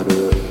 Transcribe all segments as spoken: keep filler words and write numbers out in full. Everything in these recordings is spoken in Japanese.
カル。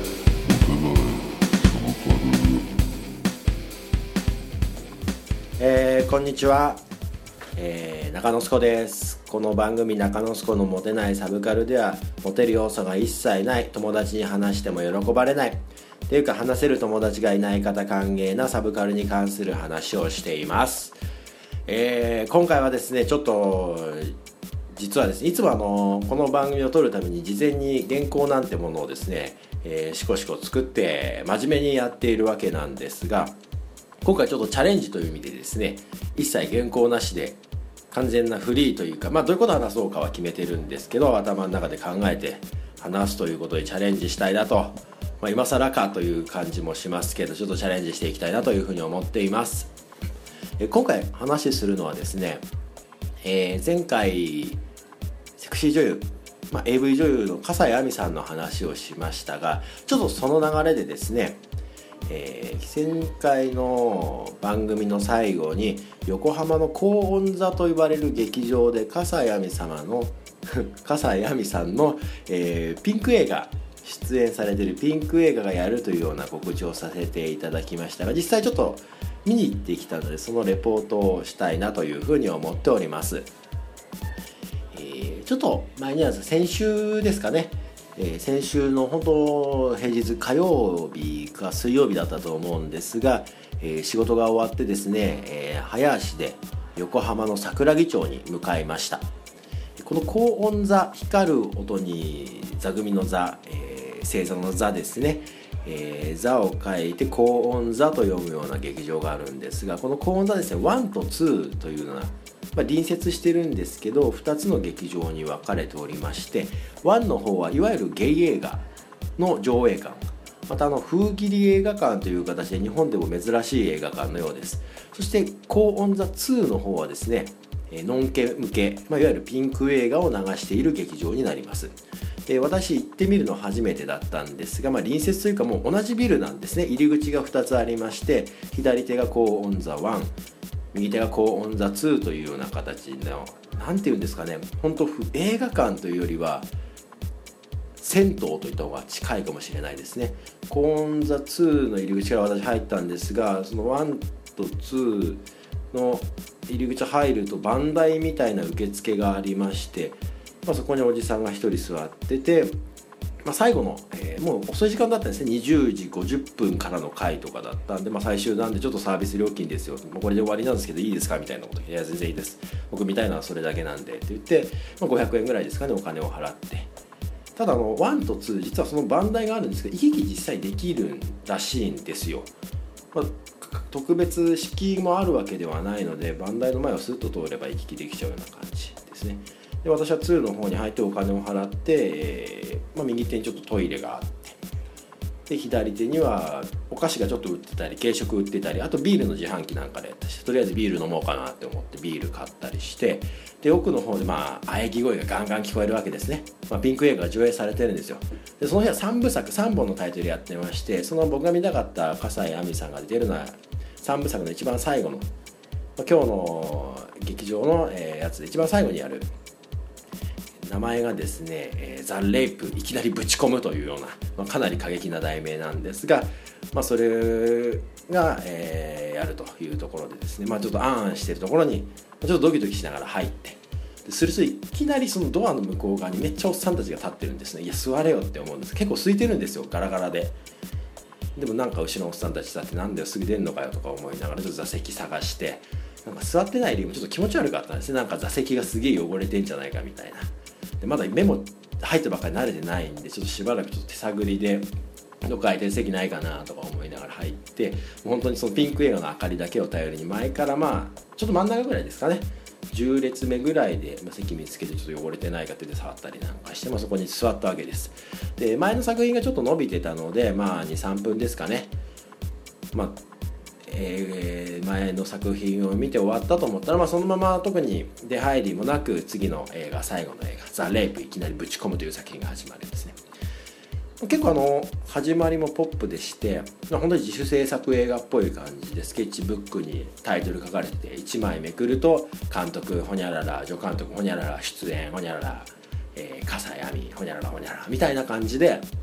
えー、こんにちは、えー、中野すこです。この番組中野すこのモテないサブカルでは、モテる要素が一切ない、友達に話しても喜ばれないっていうか、話せる友達がいない方歓迎なサブカルに関する話をしています。えー、今回はですね、ちょっと実はですね、いつもあのこの番組を撮るために事前に原稿なんてものをですね、えー、しこしこ作って真面目にやっているわけなんですが、今回ちょっとチャレンジという意味でですね、一切原稿なしで完全なフリーというか、まあどういうことを話そうかは決めてるんですけど、頭の中で考えて話すということにチャレンジしたいなと、まあ、今更かという感じもしますけど、ちょっとチャレンジしていきたいなというふうに思っています。え今回話するのはですね、えー、前回セクシー女優、まあ、エーブイ 女優の笠井亜美さんの話をしましたが、ちょっとその流れでですね、えー、前回の番組の最後に横浜の高音座と呼ばれる劇場で笠井亜美様の笠井亜美さんの、えー、ピンク映画出演されているピンク映画がやるというような告知をさせていただきましたが、実際ちょっと見に行ってきたので、そのレポートをしたいなというふうに思っております。えー、ちょっと前には先週ですかね、えー、先週の本当平日火曜日か水曜日だったと思うんですが、えー、仕事が終わってですね、えー、早足で横浜の桜木町に向かいました。この高音座、光る音に座組の座、えー、星座の座ですね、えー、座を書いて高音座と読むような劇場があるんですが、この高音座ですね、ワンとツーというのは、まあ、隣接してるんですけど、ふたつの劇場に分かれておりまして、ワンの方はいわゆるゲイ映画の上映館、またあの風切り映画館という形で日本でも珍しい映画館のようです。そして高音座ツーの方はですね、ノンケ向け、まあ、いわゆるピンク映画を流している劇場になります。で、私行ってみるの初めてだったんですが、まあ、隣接というかもう同じビルなんですね。入り口がふたつありまして、左手が高音座ワン、右手が高音座ツーというような形の、なんていうんですかね、本当映画館というよりは銭湯といった方が近いかもしれないですね。高音座ツーの入り口から私入ったんですが、そのワンとツーの入り口入ると番台みたいな受付がありまして、まあ、そこにおじさんがひとり座ってて、まあ、最後の、えー、もう遅い時間だったんですね。にじゅうじごじゅっぷんからの回とかだったんで、まあ、最終なんでちょっとサービス料金ですよ、もうこれで終わりなんですけどいいですかみたいなこと、いや全然いいです、僕見たいのはそれだけなんでって言って、まあ、ごひゃくえんぐらいですかね、お金を払って。ただあのワンとツー、実はその番台があるんですけど、行き来実際できるらしいんですよ。まあ、特別敷居もあるわけではないので、番台の前をスッと通れば行き来できちゃうような感じですね。で、私はツーの方に入ってお金を払って、えーまあ、右手にちょっとトイレがあって、で左手にはお菓子がちょっと売ってたり軽食売ってたり、あとビールの自販機なんかでやったし、とりあえずビール飲もうかなって思ってビール買ったりして、で奥の方でまあ喘ぎ声がガンガン聞こえるわけですね。まあ、ピンク映画が上映されてるんですよ。でその日はさんぶさくさんぼんのタイトルやってまして、その僕が見たかった笠井亜美さんが出てるのはさんぶさくの一番最後の、まあ、今日の劇場の、えー、やつで一番最後にやる名前がですね、えー、ザ・レイプ、いきなりぶち込むというような、まあ、かなり過激な題名なんですが、まあ、それが、えー、やるというところでですね、まあ、ちょっとあんあんしてるところにちょっとドキドキしながら入って、でするといきなりそのドアの向こう側にめっちゃおっさんたちが立ってるんですね。いや座れよって思うんです。結構空いてるんですよ、ガラガラで。でもなんか後ろのおっさんたちだって、なんだよすぐ出んのかよとか思いながらちょっと座席探して、なんか座ってない理由もちょっと気持ち悪かったんですね。なんか座席がすげえ汚れてんじゃないかみたいな。でまだ目も入ったばっかり慣れてないんで、ちょっとしばらくちょっと手探りでどっか空いてる席ないかなとか思いながら入って、本当にそのピンク映画の明かりだけを頼りに前からまあちょっと真ん中ぐらいですかね、じゅう列目ぐらいで席見つけてちょっと汚れてないかって触ったりなんかして、まあ、そこに座ったわけです。で前の作品がちょっと伸びてたので、まあ にさんぷんですかね、まあえー、前の作品を見て終わったと思ったら、まあ、そのまま特に出入りもなく次の映画、最後の映画ザ・レイプ、いきなりぶち込むという作品が始まるんですね。結構あの始まりもポップでして、本当に自主制作映画っぽい感じで、スケッチブックにタイトル書かれてて、いちまいめくると監督ほにゃらら、助監督ほにゃらら、出演ほにゃらら、えー、笠井亜美ほにゃららほにゃららみたいな感じで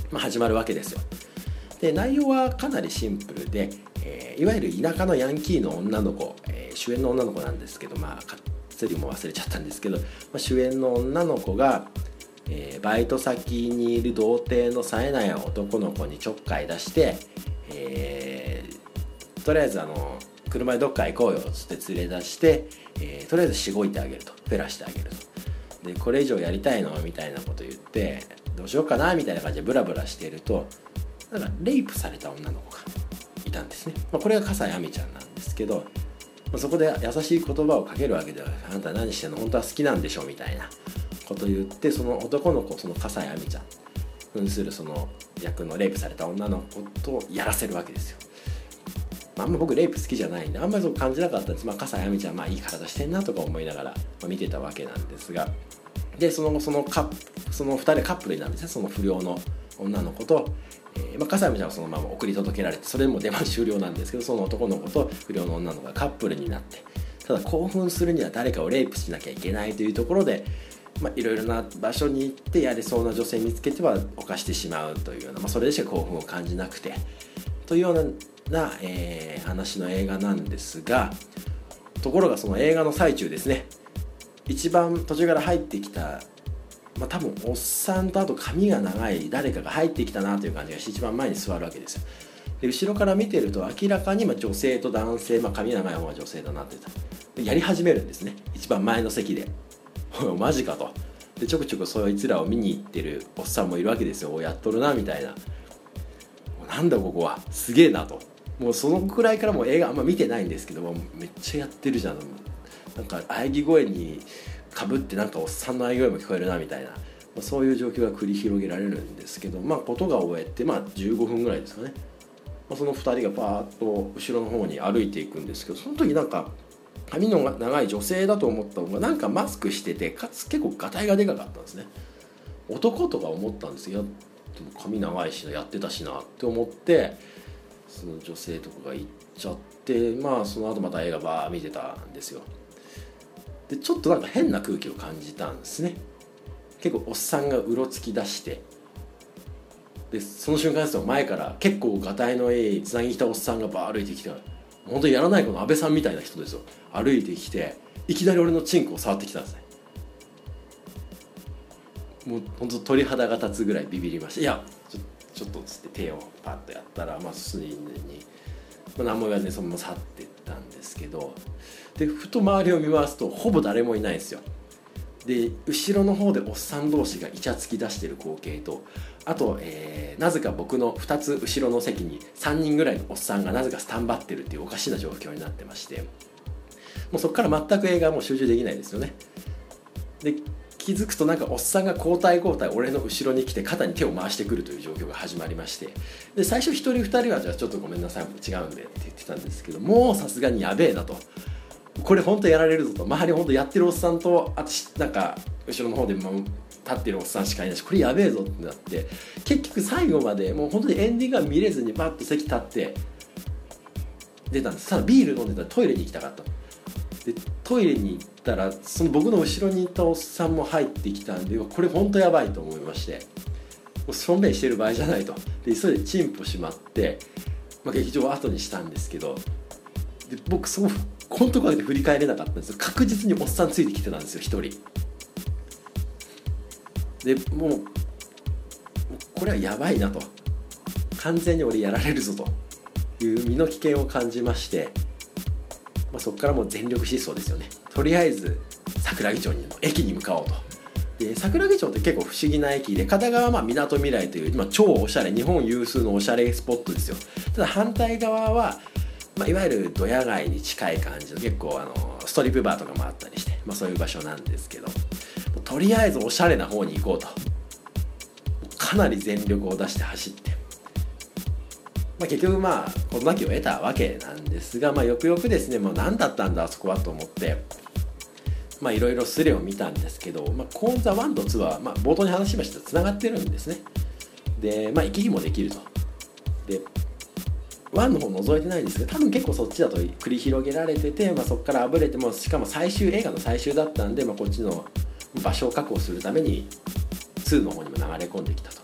まあ、始まるわけですよ。で内容はかなりシンプルで、えー、いわゆる田舎のヤンキーの女の子、えー、主演の女の子なんですけど、まあかっつりも忘れちゃったんですけど、まあ、主演の女の子が、えー、バイト先にいる童貞の冴えない男の子にちょっかい出して、えー、とりあえずあの車でどっか行こうよっつって連れ出して、えー、とりあえずしごいてあげると、フェラしてあげると。でこれ以上やりたいのみたいなこと言って、どうしようかなみたいな感じでブラブラしていると、なんかレイプされた女の子がいたんですね。まあ、これが笠井亜美ちゃんなんですけど、まあ、そこで優しい言葉をかけるわけでは、あんた何してんの、本当は好きなんでしょみたいなことを言って、その男の子、その笠井亜美ちゃん扮するその役のレイプされた女の子とやらせるわけですよ。まあ、あんま僕レイプ好きじゃないんであんまりそう感じなかったんです。まあ、笠井亜美ちゃんまあいい体してんなとか思いながら、まあ、見てたわけなんですが、でそのそのカそのふたりカップルになるんですね。その不良の女の子と、えーまあ、笠井亜美ちゃんはそのまま送り届けられて、それでも出番終了なんですけど、その男の子と不良の女の子がカップルになって、ただ興奮するには誰かをレイプしなきゃいけないというところで、まあ、いろいろな場所に行ってやれそうな女性見つけては犯してしまうというような、まあ、それでしか興奮を感じなくてというような、えー、話の映画なんですが、ところがその映画の最中ですね、一番途中から入ってきた、まあ、多分おっさんとあと髪が長い誰かが入ってきたなという感じがして一番前に座るわけですよ。で後ろから見てると明らかにまあ女性と男性、まあ、髪長い方が女性だなってでやり始めるんですね、一番前の席で。マジかと。でちょくちょくそいつらを見に行ってるおっさんもいるわけですよ。おやっとるなみたいな、なんだここはすげえなと。もうそのくらいからもう映画あんま見てないんですけども、めっちゃやってるじゃん、なんか喘ぎ声にかぶってなんかおっさんの喘ぎ声も聞こえるなみたいな、まあ、そういう状況が繰り広げられるんですけど、まあことが終えてまあじゅうごふんぐらいですかね、まあ、そのふたりがパーッと後ろの方に歩いていくんですけど、その時なんか髪の長い女性だと思った方がなんかマスクしてて、かつ結構ガタイがでかかったんですね。男とか思ったんですよ。でも髪長いしな、やってたしなって思って、その女性とかが行っちゃって、まあその後また映画バー見てたんですよ。でちょっとなんか変な空気を感じたんですね。結構おっさんがうろつき出して、でその瞬間ですよ、前から結構ガタイのいいつなぎ着たおっさんがバー歩いてきて、本当にやらないこの安倍さんみたいな人ですよ、歩いてきていきなり俺のチンコを触ってきたんですね。もう本当鳥肌が立つぐらいビビりました。いやちょちょっとつって手をパッとやったら、まあすでに、まあ、何も言わずにそのまま去っていったんですけど、でふと周りを見回すとほぼ誰もいないんですよ。で後ろの方でおっさん同士がイチャつき出してる光景と、あと、えー、なぜか僕のふたつ後ろの席にさんにんぐらいのおっさんがなぜかスタンバってるっていうおかしな状況になってまして、もうそこから全く映画はもう集中できないですよね。で気づくとなんかおっさんが交代交代俺の後ろに来て肩に手を回してくるという状況が始まりまして、で最初ひとりふたりはじゃあちょっとごめんなさい違うんでって言ってたんですけど、もうさすがにやべえなと、これ本当やられるぞと、周り本当やってるおっさんと、あとなんか後ろの方で立ってるおっさんしかいないし、これやべえぞってなって、結局最後までもう本当にエンディングが見れずにバッと席立って出たんです。ただビール飲んでたらトイレに行きたかった。でトイレに行ったらその僕の後ろにいたおっさんも入ってきたんで、これ本当やばいと思いまして、もうしょんべんしてる場合じゃないと。で急いでチンポしまって、まあ、劇場を後にしたんですけど、で僕そのこのところで振り返れなかったんですよ。確実におっさんついてきてたんですよ、一人で。もうこれはやばいなと、完全に俺やられるぞという身の危険を感じまして、まあ、そこからもう全力疾走ですよね。とりあえず桜木町に駅に向かおうと。で桜木町って結構不思議な駅で、片側はまあみなとみらいという、まあ、超おしゃれ、日本有数のおしゃれスポットですよ。ただ反対側は、まあ、いわゆるドヤ街に近い感じの結構あのストリップバーとかもあったりして、まあ、そういう場所なんですけど、とりあえずおしゃれな方に行こうとかなり全力を出して走って、まあ、結局まあ事なきを得たわけなんですが、まあ、よくよくですね、もう何だったんだあそこはと思って、まあいろいろスレを見たんですけど、まあ、講座ワンとツーは、まあ、冒頭に話しましたつながってるんですね。でまあ行き来もできると。でワンの方覗いてないんですけど、多分結構そっちだと繰り広げられてて、まあ、そこからあぶれても、しかも最終映画の最終だったんで、まあ、こっちの場所を確保するためにツーの方にも流れ込んできたと。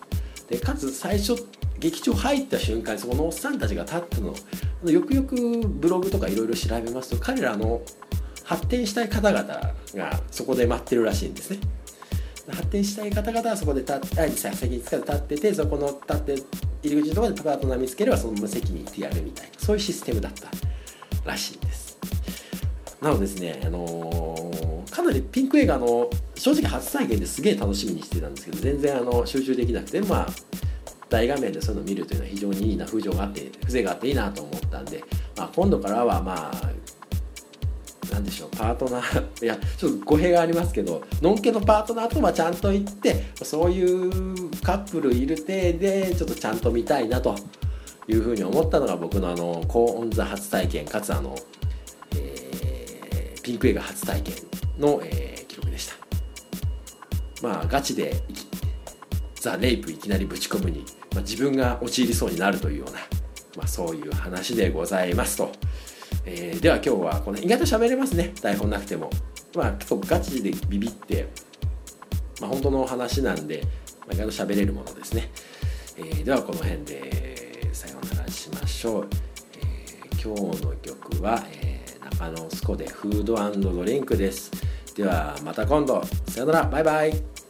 でかつ最初劇場入った瞬間にそこのおっさんたちが立ったのよくよくブログとかいろいろ調べますと、彼らの発展したい方々がそこで待ってるらしいんですね。発展したい方々はそこで立って席につかで立ってて、そこの立って入り口のところでパートナー見つければそのまま席に行ってやるみたいな、そういうシステムだったらしいんです。なのでですね、あのー、かなりピンク映画の正直初体験ですげえ楽しみにしてたんですけど、全然あの集中できなくて、まあ大画面でそういうのを見るというのは非常にいいな、風情があって風情があっていいなと思ったんで、まあ、今度からはまあなんでしょう、パートナーいやちょっと語弊がありますけど、のんけのパートナーとはちゃんと行って、そういうカップルいる体でちょっとちゃんと見たいなというふうに思ったのが僕のあの高音座初体験かつあの、えー、ピンク映画初体験の、えー、記録でした。まあガチでザ・レイプいきなりぶち込むに、まあ、自分が陥りそうになるというような、まあ、そういう話でございますと。えー、では今日はこの意外と喋れますね、台本なくても。まあ結構ガチでビビって、まあ、本当の話なんで、まあ、意外と喋れるものですね。えー、ではこの辺でさようならしましょう。えー、今日の曲は、えー、中野スコでフード&ドリンクです。ではまた今度、さようなら、バイバイ。